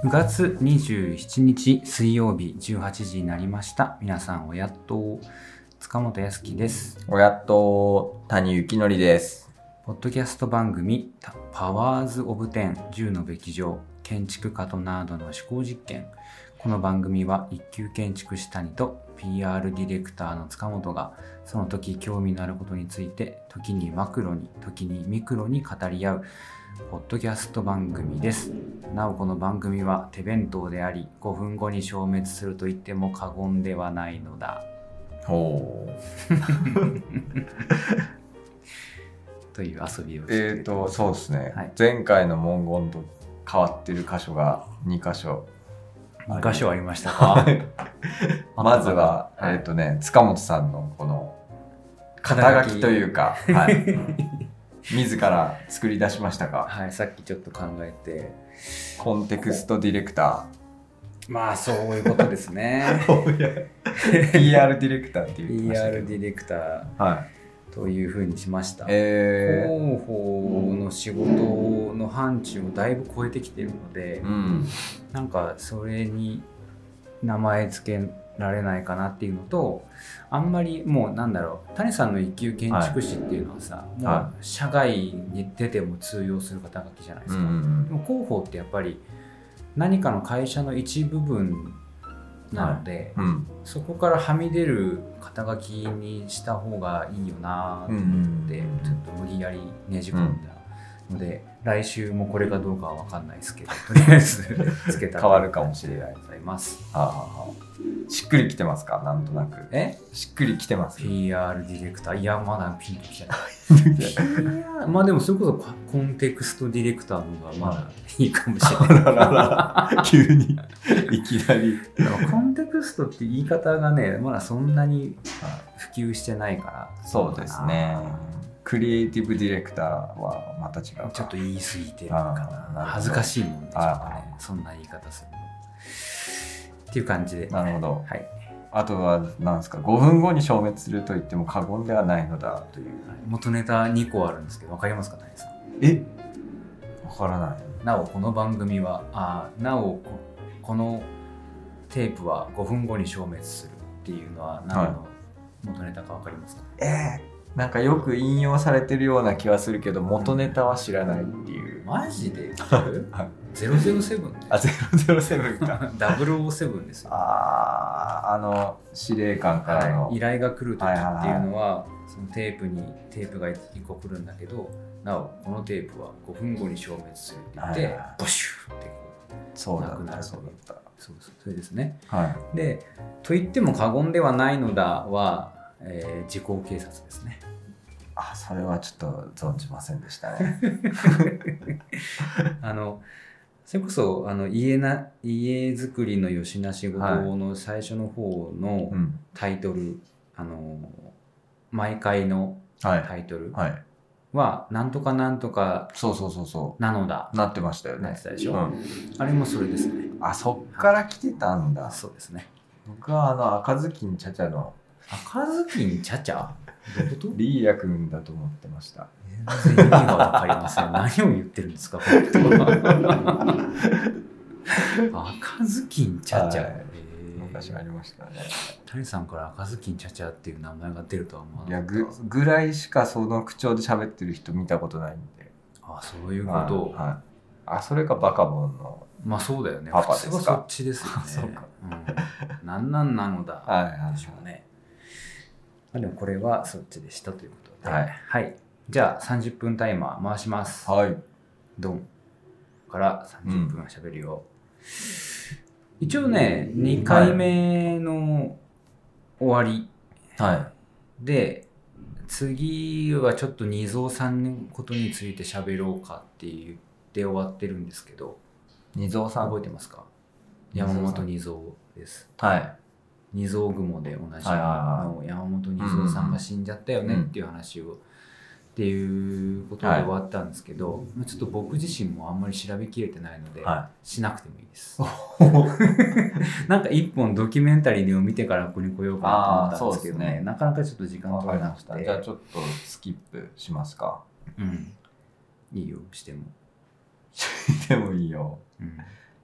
9月27日水曜日18時になりました。皆さんおやっと塚本康樹です。 おやっと谷幸則です。 ポッドキャスト番組パワーズオブ10 10のべき上建築家とナードの思考実験。この番組は一級建築士谷と PR ディレクターの塚本がその時興味のあることについて時にマクロに時にミクロに語り合うポッドキャスト番組です。なおこの番組は手弁当であり5分後に消滅すると言っても過言ではないのだ。 ほうという遊びをしてそうですね、 はい、 前回の文言と変わってる箇所が2箇所ありましたかまずは、塚本さんのこの肩書きというか、はい、自ら作り出しましたか？ はい、さっきちょっと考えてコンテクストディレクター、まあそういうことですね PR ディレクターっていう PR ディレクター、はい、というふうにしました。広報の仕事の範疇をだいぶ超えてきているので、なんかそれに名前付けられないかなっていうのと、あんまりもうなんだろう、谷さんの一級建築士っていうのはさ、もう社外に出ても通用する肩書きじゃないですか。でも広報ってやっぱり何かの会社の一部分なので、そこからはみ出る肩書きにした方がいいよなと思って、ちょっと無理やりねじ込んだので、来週もこれがどうかは分かんないですけど、とりあえずつけた変わるかもしれない。 ございます。 しっくりきてますか？なんとなく。しっくりきてます。 PR ディレクター、いやまだピンときてない。まあでもそれこそコンテクストディレクターの方がまだいいかもしれない。 急にいきなり。 コンテクストって言い方がね、まだそんなに普及してないから。 そうですね。クリエイティブディレクターはまた違う。 ちょっと言い過ぎてるかな。恥ずかしいもんでしょうかね。そんな言い方するの。っていう感じで。 なるほど。 はい。 あとは何ですか、5分後に消滅すると言っても過言ではないのだという。 元ネタ2個あるんですけど、分かりますか、谷さん？ 分からない。 なおこの番組はこのテープは5分後に消滅するっていうのは何の元ネタか分かりますか？ なんかよく引用されてるような気はするけど、元ネタは知らないっていう。 マジで007？ 007か 007ですよ。 司令官からの、 依頼が来る時っていうのは、そのテープが1個来るんだけど、なおこのテープは5分後に消滅するって言って、ボシューってこうなくなるという。それですね。で、と言っても過言ではないのだは、時効警察ですね。 それはちょっと存じませんでしたね。 それこそ家づくりのよしな仕事の最初の方のタイトル、毎回のタイトルはなんとかなんとかなのだなってましたよね。 なってたでしょ、あれもそれですね。 そっから来てたんだ。 そうですね。 僕は赤ずきんちゃちゃの赤ずきんちゃちゃどういうこと？ リーヤくんだと思ってました。 全然意味がわかりません。何を言ってるんですか、本当は。赤ずきんちゃちゃ。 昔ありましたね。 谷さんから赤ずきんちゃちゃっていう名前が出るとは思わなかった。 いやぐらいしかその口調で喋ってる人見たことないんで。 そういうこと。 それかバカボンの。 まあそうだよね。 パパですか。 普通はそっちですよね。そうか。なんなのだでしょうね。でもこれはそっちでしたということで。はい。じゃあ30分タイマー回します。ドンから30分は喋るよ。一応ね、2回目の終わり。で、次はちょっと二蔵さんのことについて喋ろうかって言って終わってるんですけど。 二蔵さん覚えてますか？山本二蔵です。二蔵雲でおなじみの山本二蔵さんが死んじゃったよねっていう話をっていうことで終わったんですけど、ちょっと僕自身もあんまり調べきれてないので、しなくてもいいです。なんか一本ドキュメンタリーを見てからここに来ようかなと思ったんですけどね、なかなかちょっと時間が取れなくて。 じゃあちょっとスキップしますか。 いいよ、しても。 してもいいよ。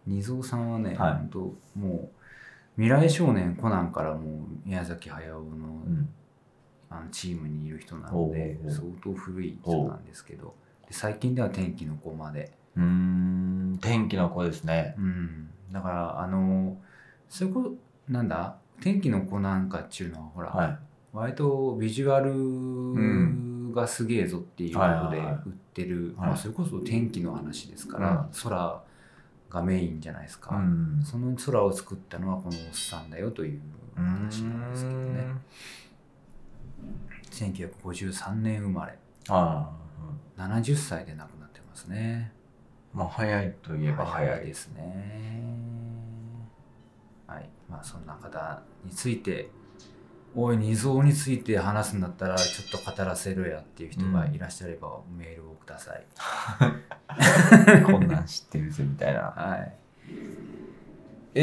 二蔵さんはね、本当もう未来少年コナンからもう宮崎駿の、チームにいる人なので相当古い人なんですけど、で最近では天気の子まで。 天気の子ですね。 だからそこなんだ天気の子なんかっていうのはほら、割とビジュアルがすげえぞっていうことで売ってる、それこそ天気の話ですから、空がメインじゃないですか、その空を作ったのはこのおっさんだよという話なんですけどね。1953年生まれ、70歳で亡くなってますね。 まあ早いといえば早いですね。はい、まあそんな方について、おい二蔵について話すんだったらちょっと語らせろやっていう人がいらっしゃればメールをください。 こんなん知ってるぜみたいな。 はい。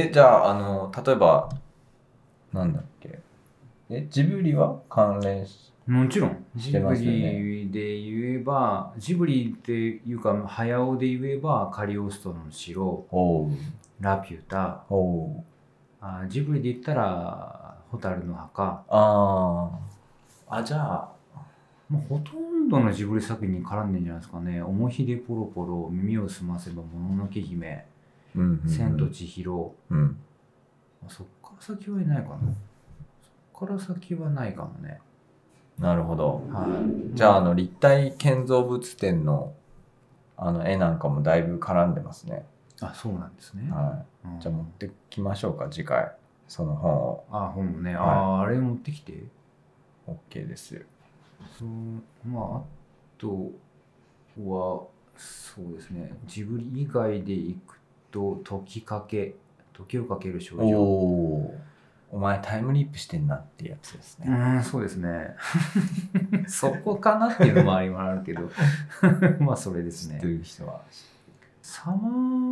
じゃあ例えばなんだっけ、ジブリは関連もちろんしてますよね。 ジブリで言えば、ジブリっていうか早尾で言えばカリオストロの城、ラピュタ、ジブリで言ったら蛍の墓。 じゃあもうほとんどのジブリ作品に絡んでんじゃないですかね。おもひでポロポロ、耳をすませばもののけ姫、千と千尋、そっから先はいないかな。そっから先はないかもね。 なるほど。じゃあ立体建造物展の絵なんかもだいぶ絡んでますね。 そうなんですね。 じゃあ持ってきましょうか、次回その本を。 本もね、あれ持ってきて。 OK ですよ。 あとはそうですね、ジブリ以外でいくと時をかける少女。 お前タイムリープしてんなっていうやつですね。 そうですね。そこかなっていうのもあるけどまあそれですね。 知ってる人はサマ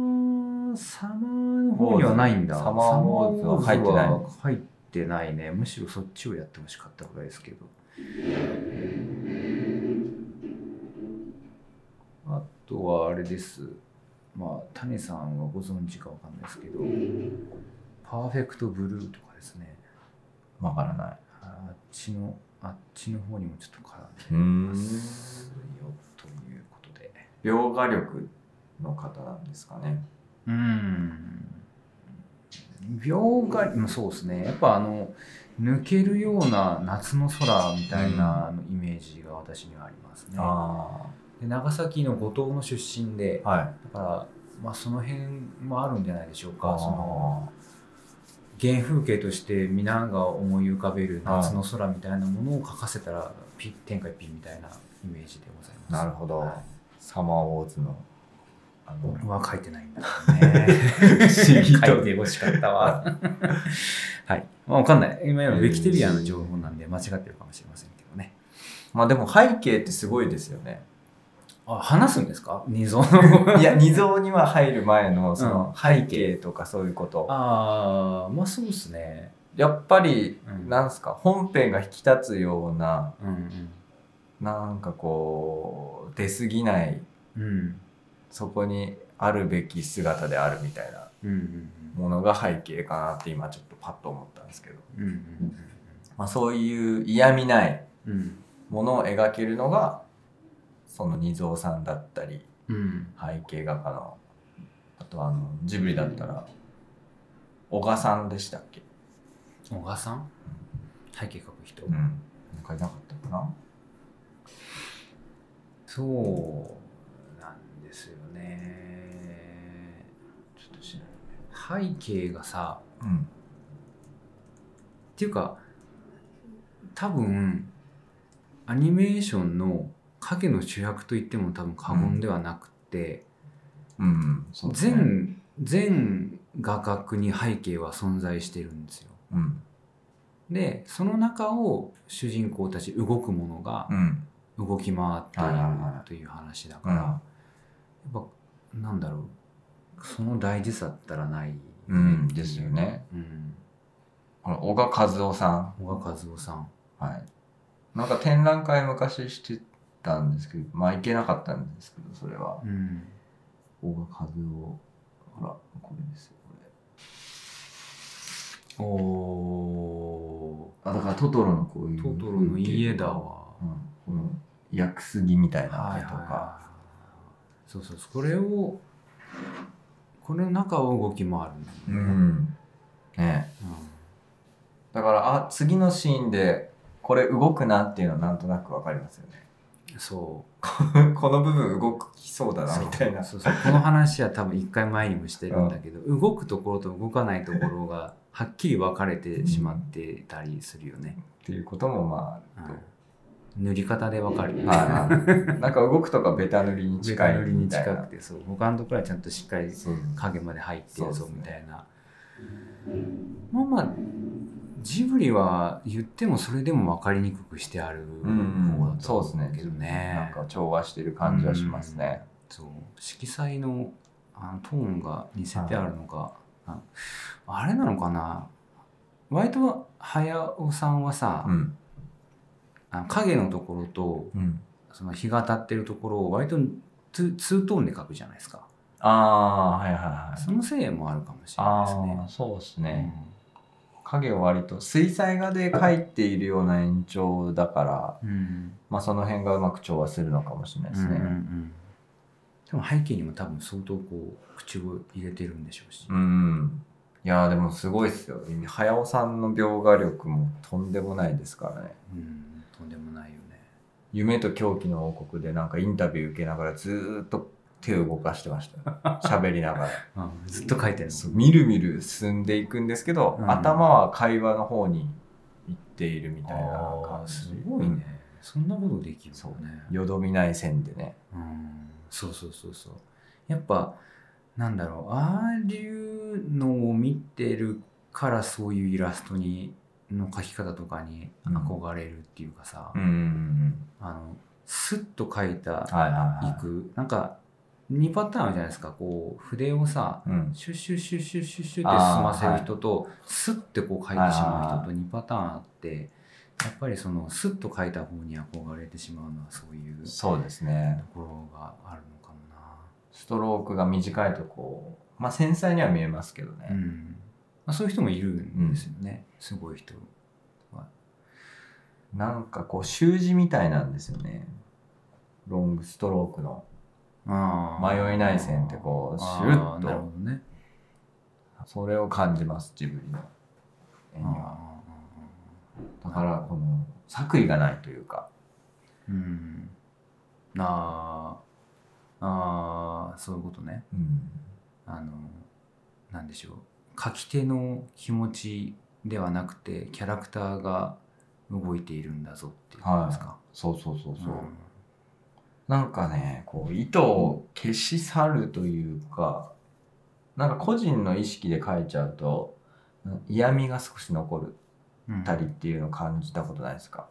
ーの方にはないんだ。 サマーウォーズは入ってない。 入ってないね。むしろそっちをやってほしかったぐらいですけど。あとはあれです。谷さんはご存知かわかんないですけど、パーフェクトブルーとかですね。 わからない。 あっちの方にもちょっと絡んでますよということで。 描画力の方なんですかね。 描画、そうですね。やっぱ抜けるような夏の空みたいなイメージが私にはありますね。で長崎の五島の出身で、だからその辺もあるんじゃないでしょうか。原風景として皆が思い浮かべる夏の空みたいなものを描かせたら天下一品みたいなイメージでございます。 なるほど。サマーウォーズのは書いてないんだね。書いてほしかったわ。はい。わかんない。今のウィキペディアの情報なんで間違ってるかもしれませんけどね。 でも背景ってすごいですよね。 話すんですか？二蔵いや、二蔵には入る前のその背景とかそういうこと。 そうですね。 やっぱり、なんすか、本編が引き立つような、なんかこう出過ぎない、そこにあるべき姿であるみたいなものが背景かなって今ちょっとパッと思ったんですけど、そういう嫌味ないものを描けるのがその二蔵さんだったり、背景画家の、あとジブリだったら小賀さんでしたっけ？ 小賀さん？背景描く人？ なんかいなかったかな？ そうなんですよね。ちょっとしない。背景がさ、っていうか多分アニメーションの影の主役と言っても多分過言ではなくて、全画角に背景は存在してるんですよ。でその中を主人公たち動くものが動き回っているという話だから、やっぱなんだろう、その大事さったらないですよね。小賀和夫さん。はい。なんか展覧会昔してたんですけど、行けなかったんですけど、それは。小賀和夫ほらこれですよこれ。だからトトロのこういうトトロの家だわ、 この屋久杉みたいな絵とか、 そうこれの中を動き回るね、だから次のシーンでこれ動くなっていうのはなんとなくわかりますよね。 そうこの部分動きそうだなみたいな。 この話は多分一回前にもしてるんだけど、動くところと動かないところがはっきり分かれてしまってたりするよね、 っていうこともまあ、 塗り方で分かるよね。 なんか動くとかベタ塗りに近いみたいな。ベタ塗りに近くて、そう他のところはちゃんとしっかり影まで入ってるぞみたいな。まあジブリは言ってもそれでも分かりにくくしてある方だと思うけどね。 なんか調和してる感じはしますね。 そう色彩のトーンが似せてあるのか、あれなのかな。割と早尾さんはさ、影のところと、その日が当たってるところを割とツートーンで描くじゃないですか。そのせいもあるかもしれないですね。 そうですね。影を割と水彩画で描いているような延長だから、まあその辺がうまく調和するのかもしれないですね。 でも背景にも多分相当こう口を入れてるんでしょうし。 いやでもすごいっすよ。早尾さんの描画力もとんでもないですからね。 とんでもないよね。 夢と狂気の王国でなんかインタビュー受けながらずーっと手を動かしてました。喋りながら。 ずっと書いてるの。みるみる進んでいくんですけど、頭は会話の方に行っているみたいな感じ。 すごいね。そんなことできるのね。 よどみない線でね。 そう。やっぱなんだろう、ああいうのを見てるからそういうイラストの描き方とかに憧れるっていうかさ、スッと描いたなんか2パターンあるじゃないですか。こう筆をさ、シュッシュッシュッシュッシュッシュッって進ませる人と、スッてこう描いてしまう人と2パターンあって、やっぱりそのスッと描いた方に憧れてしまうのはそういうそうですねところがあるのかもな。 ストロークが短いとこう、まあ繊細には見えますけどね。 そういう人もいるんですよね。すごい人は。 なんかこう習字みたいなんですよね。ロングストロークの。迷いない線ってこうシュッと、 なるほどね、 それを感じます。ジブリの絵には。だからこの作為がないというか、 そういうことね。なんでしょう、書き手の気持ちではなくてキャラクターが動いているんだぞっていうことですか。 そう、なんかね、こう意図を消し去るというか、なんか個人の意識で描いちゃうと嫌味が少し残るたりっていうのを感じたことないですか？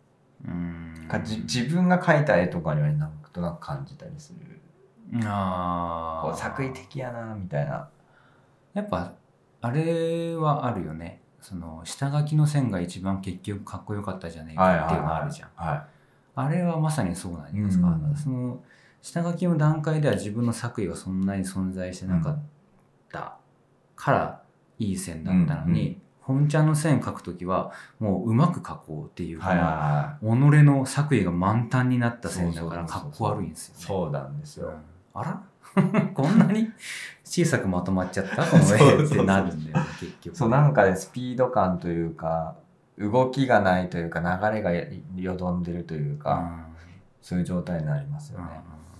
自分が描いた絵とかにはなんとなく感じたりする。こう作為的やなみたいな。 やっぱあれはあるよね。その下書きの線が一番結局かっこよかったじゃねえかっていうのがあるじゃん。あれはまさにそうなんじゃないですか。その下書きの段階では自分の作為はそんなに存在してなかったからいい線だったのに、本ちゃんの線描くときはもううまく描こうっていうか、己の作為が満タンになった線だからかっこ悪いんですよね。 そうなんですよ。 あらこんなに小さくまとまっちゃったこの絵ってなるんだよね結局。 そうなんかね、スピード感というか動きがないというか流れがよどんでるというか、そういう状態になりますよね。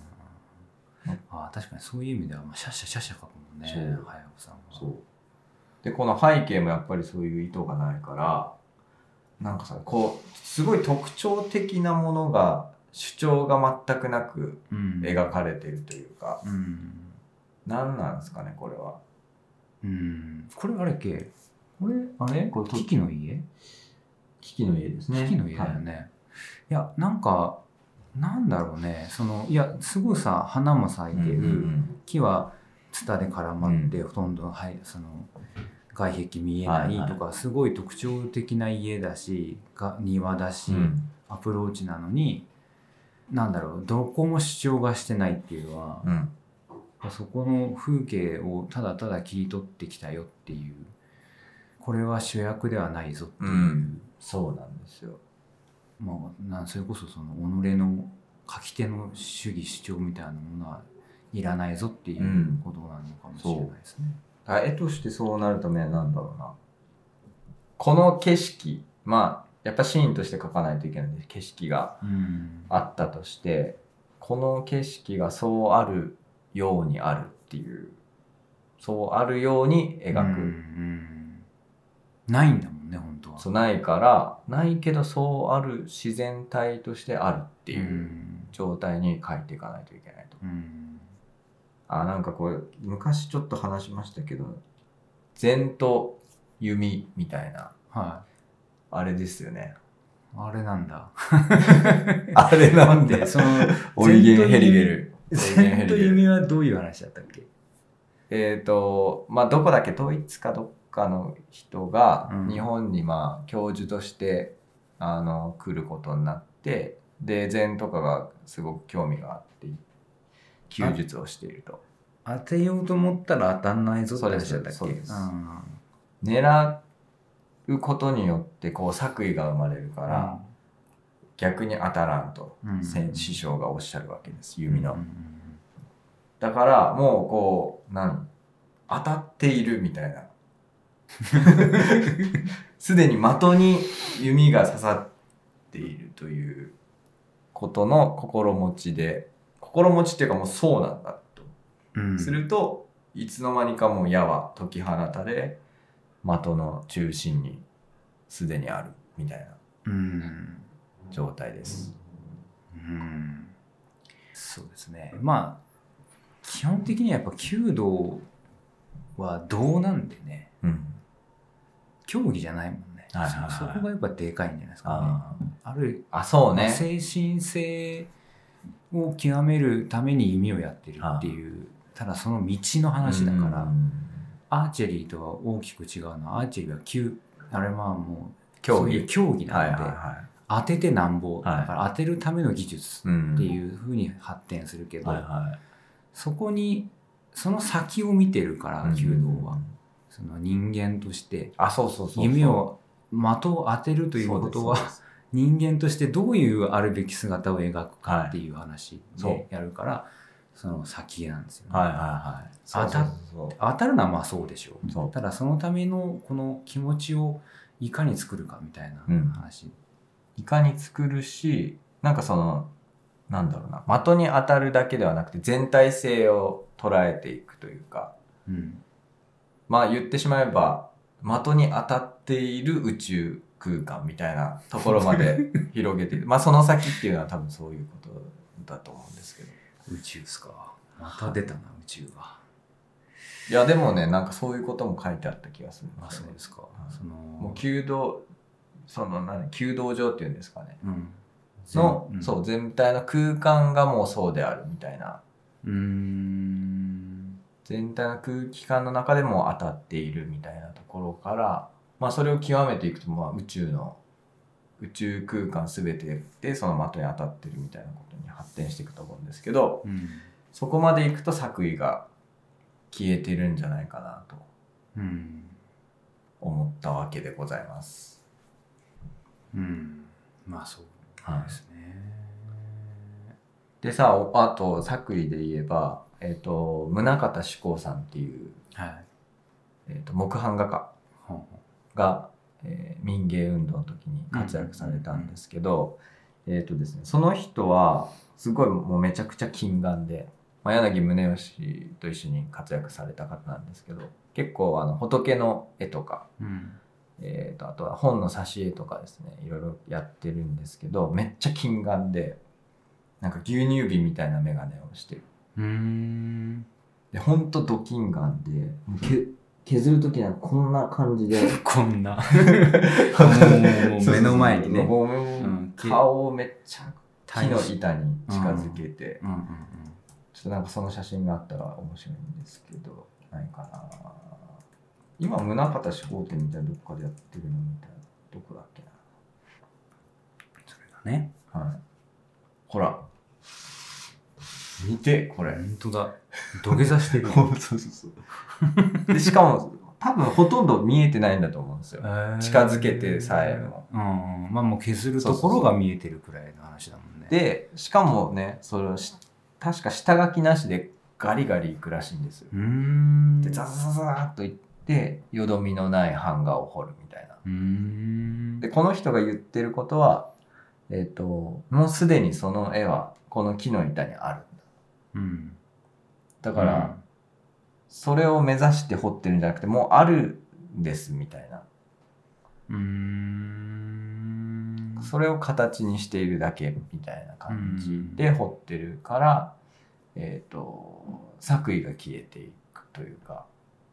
確かにそういう意味ではシャシャ描くもんね、早尾さんは。 そうでこの背景もやっぱりそういう意図がないから、なんかさ、こうすごい特徴的なものが主張が全くなく描かれているというか、何なんですかねこれは。 これあれ系、これキキの家？ キキの家ですね。 キキの家だよね。いやなんかなんだろうね、いやすごいさ、花も咲いてる、木はツタで絡まって、ほとんどその外壁見えないとか、すごい特徴的な家だし庭だし、アプローチなのに、なんだろう、どこも主張がしてないっていうのは、 そこの風景をただただ切り取ってきたよっていう、これは主役ではないぞっていう、 そうなんですよ。 それこそその己の書き手の主義主張みたいなものはいらないぞっていうことなのかもしれないですね。 絵としてそうなるためはなんだろうな。この景色、やっぱシーンとして描かないといけないんで、景色があったとして、この景色がそうあるようにあるっていう、そうあるように描く。 ないんだもんね、本当は。 そう、ないから、ないけどそうある自然体としてあるっていう状態に描いていかないといけないと。なんかこう、昔ちょっと話しましたけど、禅と弓みたいな、あれですよね。 あれなんだ。 あれなんで、その、オリゲン・ヘリゲル。 禅と弓はどういう話だったっけ？ どこだっけ、ドイツかどっかの人が日本に教授として来ることになって、で禅とかがすごく興味があって弓術をしていると。 当てようと思ったら当たんないぞって話だったっけ？ そうです。狙うことによってこう作為が生まれるから、逆に当たらんと、師匠がおっしゃるわけです、弓の。だからもうこう当たっているみたいなすでに的に弓が刺さっているということの心持ちっていうかもうそうなんだと、するといつの間にかもう矢は解き放たれ的の中心にすでにあるみたいな状態です。 そうですね。基本的にはやっぱ弓道は道なんでね、競技じゃないもんね。そこがやっぱでかいんじゃないですかね。 そうね。 精神性を極めるために弓をやってるっていう、ただその道の話だから、アーチェリーとは大きく違うのは、アーチェリーはあれはもうそういう競技なので、当ててなんぼ、だから当てるための技術っていう風に発展するけど、そこにその先を見てるから弓道は、その人間として弓を的を当てるということは人間としてどういうあるべき姿を描くかっていう話でやるから、その先なんですよね。当たるのはそうでしょう。ただそのためのこの気持ちをいかに作るかみたいな話、 いかに作るし、そのなんだろうな、的に当たるだけではなくて全体性を捉えていくというか、言ってしまえば的に当たっている宇宙空間みたいなところまで広げているその先っていうのは多分そういうことだと思うんですけど。 宇宙ですか。また出たな、宇宙が。 いやでもね、そういうことも書いてあった気がする。 そうですか。 もう弓道場っていうんですかね、そう全体の空間がもうそうであるみたいな、全体の空気感の中でも当たっているみたいなところから、それを極めていくと、宇宙空間全てでその的に当たってるみたいなことに発展していくと思うんですけど、そこまでいくと作為が消えてるんじゃないかなと思ったわけでございます。 そうですね。 でさ、あと作為で言えば、宗像志功さんっていう、木版画家が、民芸運動の時に活躍されたんですけど、ですね、その人はすごいもうめちゃくちゃ近眼で、柳宗悦と一緒に活躍された方なんですけど、結構仏の絵とか、あとは本の挿絵とかですね、いろいろやってるんですけど、めっちゃ近眼で、牛乳瓶みたいな眼鏡をしてる。で、ほんとド近眼で、削るときはこんな感じで。 こんな。もう目の前にね。 顔をめっちゃ木の板に近づけて、ちょっとその写真があったら面白いんですけど、ないかな。今、宗像志功展みたいなどっかでやってるのみたいな。どこだっけな。 それがね。 ほら。 見てこれ。 本当だ。土下座してる。 そうそうそう。でしかも多分ほとんど見えてないんだと思うんですよ。近づけてさえも。 まあもう削るところが見えてるくらいの話だもんね。 でしかもね、確か下書きなしでガリガリいくらしいんですよ。でザザザーっといってよどみのない版画を彫るみたいな。でこの人が言ってることは、もうすでにその絵はこの木の板にあるんだ。だから、それを目指して彫ってるんじゃなくてもうあるんですみたいな。それを形にしているだけみたいな感じで彫ってるから、作為が消えていくというか。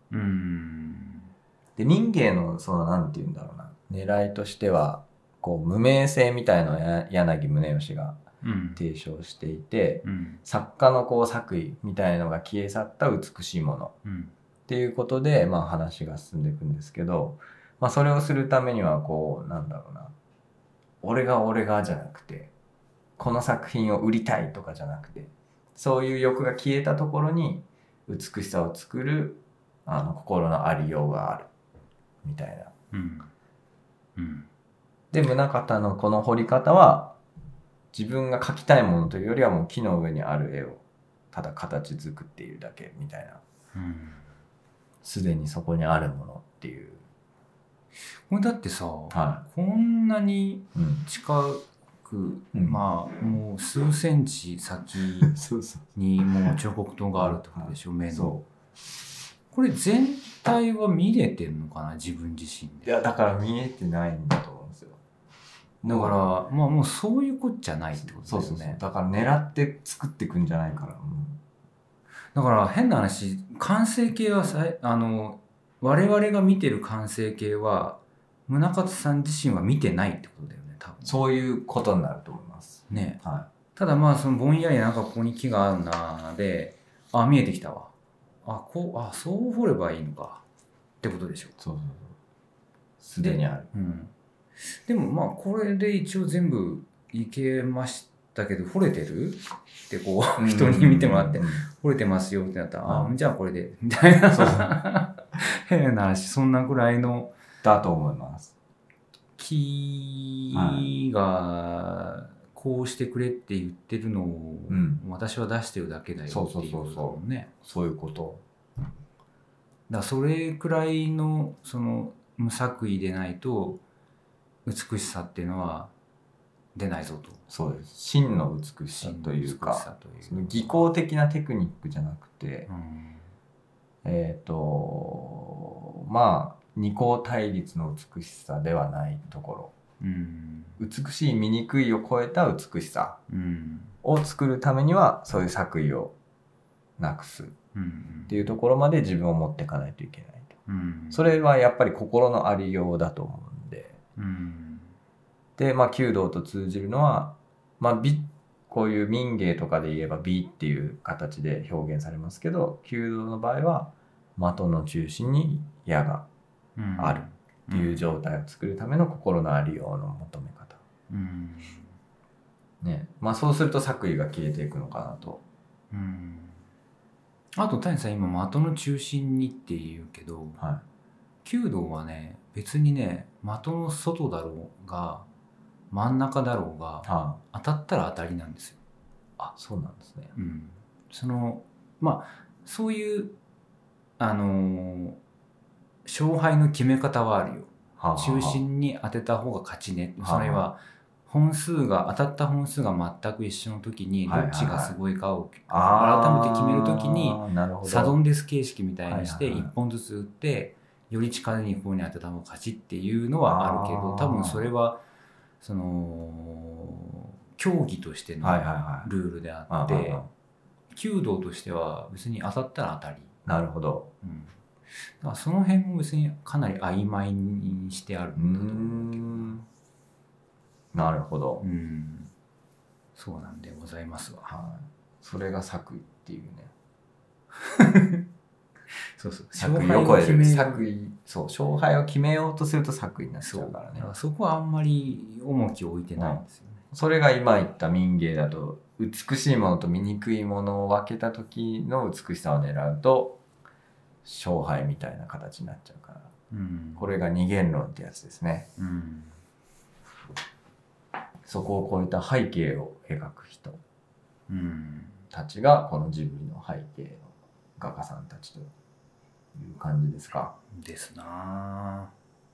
で民芸のそのなんていうんだろうな、狙いとしてはこう無名性みたいのを柳宗悦が提唱していて、作家のこう作為みたいのが消え去った美しいものっていうことで、まあ、話が進んでいくんですけど、まあ、それをするためにはこうなんだろうな、俺がじゃなくてこの作品を売りたいとかじゃなくて、そういう欲が消えたところに美しさを作る心のありようがあるみたいな。で宗像のこの彫り方は自分が描きたいものというよりはもう木の上にある絵をただ形作っているだけみたいな、すでにそこにあるものっていう。 これだってさ、こんなに近く、まあもう数センチ先にもう彫刻刀があるってことでしょ、目の。これ全体は見れてんのかな、自分自身で。 いやだから見えてないんだと思うんですよ。 だからまあもうそういうことじゃないってことだよね。 そうだから狙って作っていくんじゃないから。 だから変な話、完成形は我々が見てる完成形は宗像さん自身は見てないってことだよね、多分。 そういうことになると思いますね。ただまあそのぼんやりなんかここに木があるなで、見えてきたわ、そう掘ればいいのかってことでしょ。 そうすでにある。 でもまあこれで一応全部いけましたけど、掘れてるってこう人に見てもらって掘れてますよってなったら、じゃあこれでみたいな変な話、そんなくらいのだと思います。 木がこうしてくれって言ってるのを私は出してるだけだよっていうことね。 そういうこと。 だからそれくらいのその無作為でないと美しさっていうのは出ないぞと。 そうです。真の美しさというか、その技巧的なテクニックじゃなくて、まあ二項対立の美しさではないところ、美しい醜いを超えた美しさを作るためにはそういう作為をなくすっていうところまで自分を持っていかないといけないと。それはやっぱり心のありようだと思うんで。で、まあ弓道と通じるのは、まあ美、こういう民芸とかで言えば美っていう形で表現されますけど、弓道の場合は的の中心に矢があるっていう状態を作るための心のありようの求め方。ね、まあそうすると作為が消えていくのかなと。 あと谷さん今的の中心にって言うけど、弓道はね別にね的の外だろうが真ん中だろうが、当たったら当たりなんですよ。 そうなんですね。 そのまあそういう勝敗の決め方はあるよ。中心に当てた方が勝ちね。それは当たった本数が全く一緒の時にどっちがすごいかを改めて決める時にサドンデス形式みたいにして1本ずつ打ってより力に方に当てた方が勝ちっていうのはあるけど、多分それはその競技としてのルールであって、弓道としては別に当たったら当たり。 なるほど。 だからその辺も別にかなり曖昧にしてあるんだと思うけど。 なるほど。 そうなんでございますわ。 それが作為っていうね。 そうそう。 作為を超える。勝敗を決めようとすると作為になっちゃうからね。 そこはあんまり重きを置いてないんですよね。 それが今言った民芸だと、美しいものと醜いものを分けた時の美しさを狙うと勝敗みたいな形になっちゃうから、これが二元論ってやつですね。そこを超えた背景を描く人たちがこのジブリの背景の画家さんたちという感じですか。 ですな。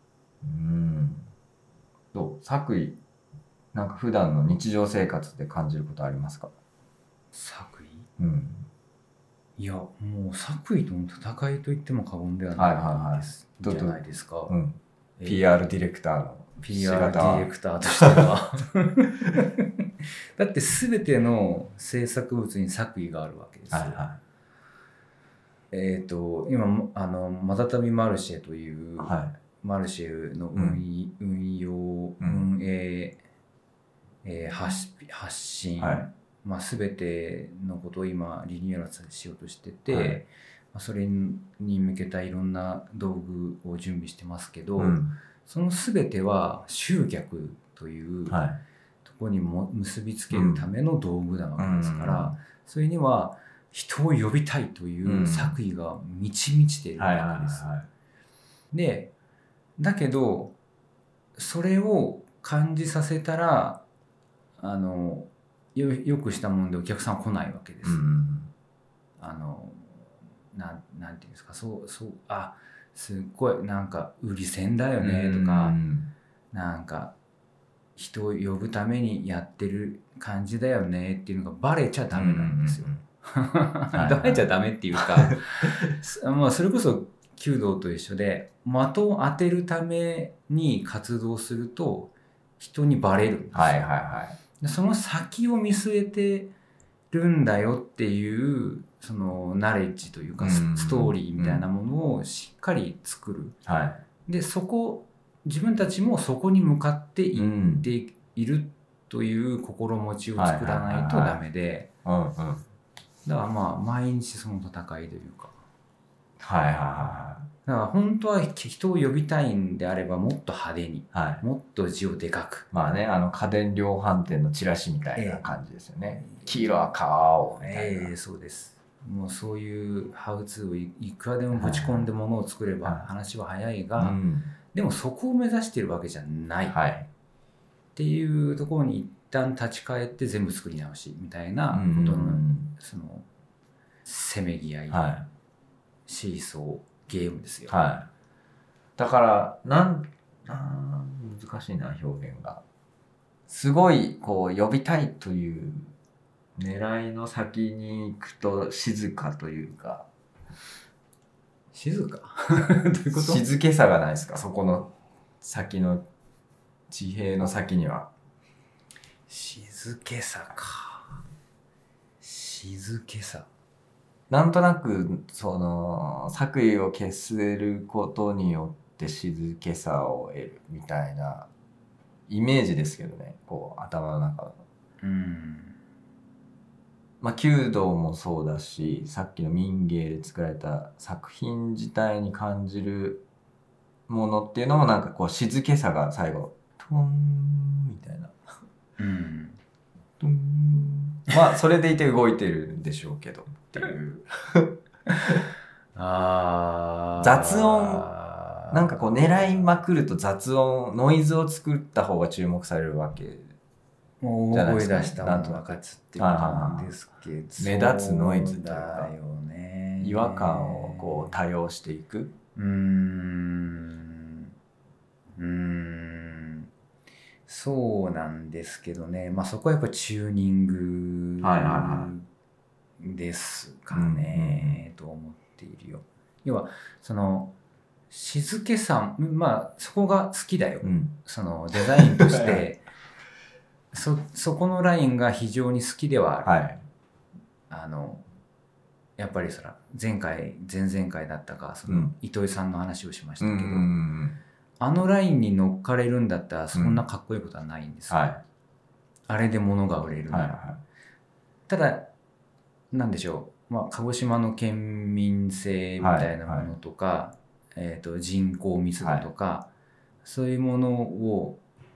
どう？作為なんか普段の日常生活で感じることありますか？ 作為？いや、もう作為との戦いと言っても過言ではないです、じゃないですか。 PR ディレクターの PR ディレクターとしてはだって全ての制作物に作為があるわけですよ。今またたびマルシェという、マルシェの運用、運営、発信、全てのことを今リニューアルしようとしてて、それに向けたいろんな道具を準備してますけど、その全ては集客というところにも結びつけるための道具なわけですから、それには人を呼びたいという作為が満ち満ちているわけです。で、だけどそれを感じさせたらよくしたもんでお客さんは来ないわけです。なんていうんですか、すっごいなんか売り線だよねとか、なんか人を呼ぶためにやってる感じだよねっていうのがバレちゃダメなんですよ。バレちゃダメっていうかまあそれこそ弓道と一緒で、的を当てるために活動すると人にバレるんですよ。その先を見据えてるんだよっていうそのナレッジというかストーリーみたいなものをしっかり作る。で自分たちもそこに向かっていっているという心持ちを作らないとダメで、だからまあ毎日その戦いというか、だから本当は人を呼びたいんであればもっと派手に、もっと字をでかく、 まあね、家電量販店のチラシみたいな感じですよね。黄色赤青みたいな。 そうです。もうそういうハウツーをいくらでもぶち込んでものを作れば話は早いが、でもそこを目指しているわけじゃない、っていうところに一旦立ち返って全部作り直しみたいなことの、そのせめぎ合い、シーソーゲームですよ。 だから難しいな、表現が。すごいこう呼びたいという狙いの先に行くと静かというか。 静かどういうこと？ 静けさがないですか、そこの先の地平の先には。 静けさか。静けさ。 なんとなくその作為を消せることによって静けさを得るみたいなイメージですけどね、こう頭の中の。まあ弓道もそうだし、さっきの民芸で作られた作品自体に感じるものっていうのもなんかこう静けさが最後トンみたいな、トン、まあそれでいて動いてるんでしょうけどっていう雑音、なんかこう狙いまくると雑音、ノイズを作った方が注目されるわけじゃないですか、ね、大声出したものが勝つっていう感じですけど、 目立つノイズというか違和感をこう多用していく。 そうなんですけどね、まあそこはやっぱチューニングですかね、と思っているよ。要はその静けさ、まあそこが好きだよ、そのデザインとしてそこのラインが非常に好きではある。やっぱりそら前々回だったかその糸井さんの話をしましたけど、あのラインに乗っかれるんだったらそんなかっこいいことはないんですよ、あれで物が売れるなら、ただなんでしょう、まあ、鹿児島の県民性みたいなものとか、人口密度とか、そういうものを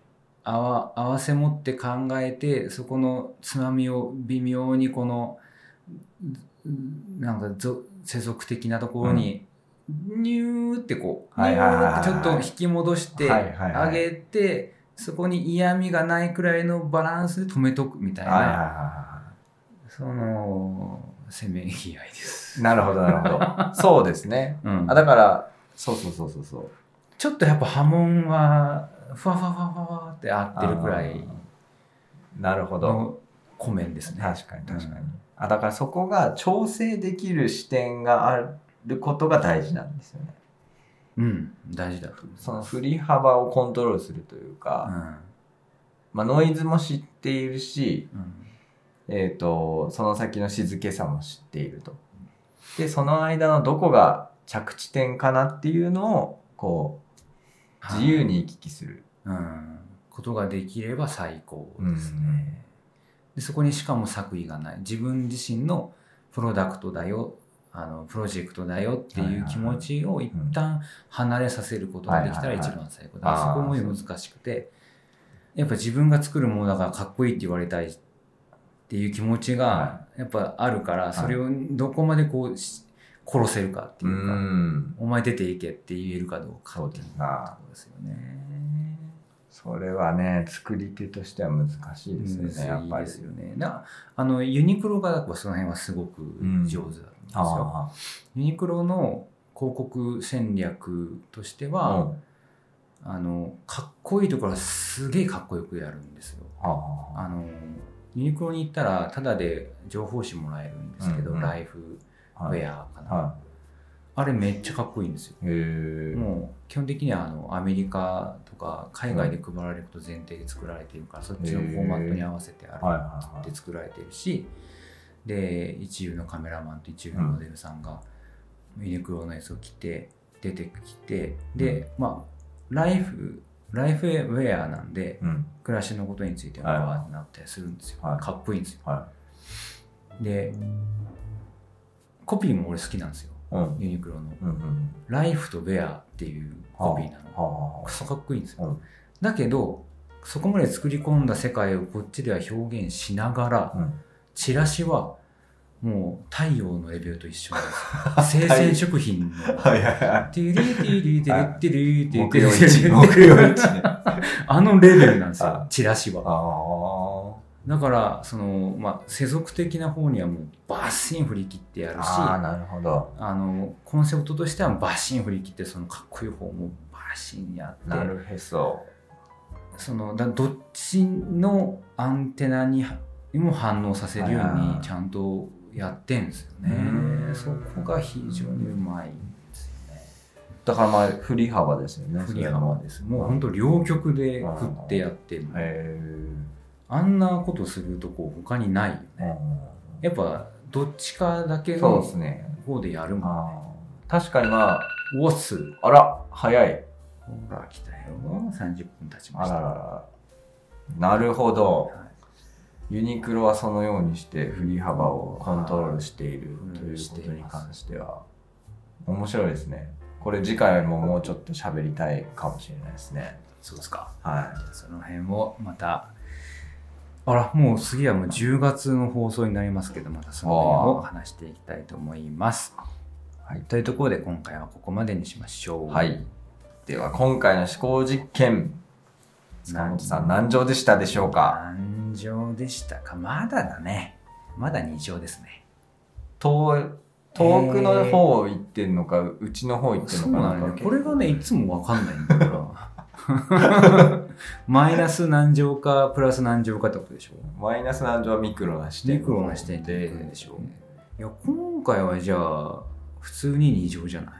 合わせ持って考えて、そこのつまみを微妙にこのなんか世俗的なところにニューってこう、ニューってちょっと引き戻してあげて、そこに嫌味がないくらいのバランスで止めとくみたいな、そのせめぎ合いです。 なるほどなるほど。そうですね。だからそうちょっとやっぱ波紋はふわふわふわふわって合ってるくらいなるほど湖面ですね。 確かに。だからそこが調整できる視点があることが大事なんですよね。 大事だと思います。 その振り幅をコントロールするというか、ノイズも知っているし、その先の静けさも知っていると。でその間のどこが着地点かなっていうのをこう自由に行き来する、 ことができれば最高ですね。でそこにしかも作為がない、自分自身のプロダクトだよ、プロジェクトだよっていう気持ちを一旦離れさせることができたら一番最高だ。そこも難しくて、やっぱ自分が作るものだからかっこいいって言われたいっていう気持ちがやっぱあるから、それをどこまでこう殺せるかっていうか、お前出ていけって言えるかどうかっていうところですよね。 それはね、作り手としては難しいですよね、やっぱり。 ですよね。ユニクロがその辺はすごく上手だと思うんですよ。ユニクロの広告戦略としては、かっこいいところはすげえかっこよくやるんですよ。ユニクロに行ったらタダで情報誌もらえるんですけど、ライフウェアかな。あれめっちゃかっこいいんですよ。もう基本的にはアメリカとか海外で配られること前提で作られているから、そっちのフォーマットに合わせてで作られているし、で一流のカメラマンと一流のモデルさんがユニクロのやつを着て出てきて、でライフウェアなんで、暮らしのことについてはバーってなったりするんですよ。かっこいいんですよ。でコピーも俺好きなんですよ。ユニクロの、ライフとウェアっていうコピーなの。クソかっこいいんですよ。だけどそこまで作り込んだ世界をこっちでは表現しながら、チラシはもう太陽のレベルと一緒です。生鮮食品のティリティリティティリティティ木曜日ね。 レベルなんですよ、チラシは。だから世俗的な方にはもうバッシン振り切ってやるし、 なるほど。 コンセプトとしてはバッシン振り切って、そのかっこいい方もバッシンやって、 なるへそ。 どっちのアンテナにも反応させるようにちゃんとやってんですよね。そこが非常にうまいんですよね。 だから振り幅ですよね。 振り幅です。もう本当両極で振ってやってる。あんなことするとこ他にないよね。やっぱどっちかだけの方でやるもんね。 確かにオス。 あら、早い。 ほら、来たよ。30分経ちました。 なるほど。ユニクロはそのようにして振り幅をコントロールしているということに関しては面白いですね。これ次回ももうちょっと喋りたいかもしれないですね。 そうですか。 はい。 じゃあその辺をまた、もう次はもう10月の放送になりますけど、またその辺を話していきたいと思います。はい。というところで今回はここまでにしましょう。 はい。では今回の思考実験、塚本さん何乗でしたでしょうか？ 何乗でしたか？まだだね。まだ2乗ですね。 遠くの方行ってんのか、うちの方行ってんのかな。 これがね、いつもわかんないんだから。マイナス何乗かプラス何乗かってことでしょ。 マイナス何乗はミクロな視点。 ミクロな視点ででしょ。いや、今回はじゃあ普通に2乗じゃない。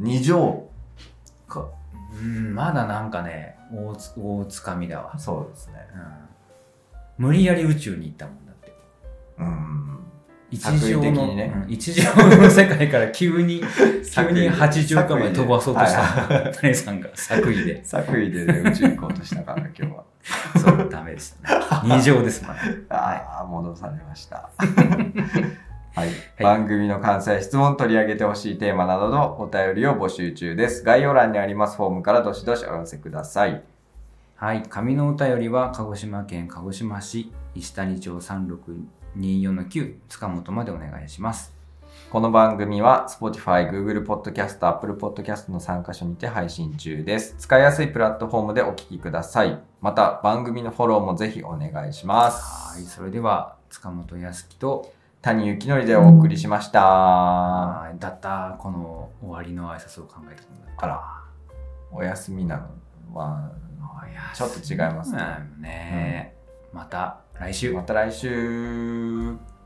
2乗か。まだなんかね、大つかみだわ。 そうですね。 無理やり宇宙に行ったもんだって。一乗の、一乗の世界から急に8乗かまで飛ばそうとした谷さんが作為で。 作為で宇宙行こうとしたから今日は。 そう、ダメですね。2乗ですもんね。 戻されました。はい、番組の感想や質問、取り上げてほしいテーマなどのお便りを募集中です。概要欄にありますフォームからどしどしお寄せください。 はい、紙のお便りは鹿児島県鹿児島市石谷町 3624-9 塚本までお願いします。 この番組は Spotify、Google Podcast、Apple Podcast の3カ所にて配信中です。使いやすいプラットフォームでお聞きください。また番組のフォローもぜひお願いします。 はい、それでは塚本康樹と谷幸則でお送りしました。 だったこの終わりの挨拶を考えたんだから、お休みなのはちょっと違いますね。 また来週。 また来週。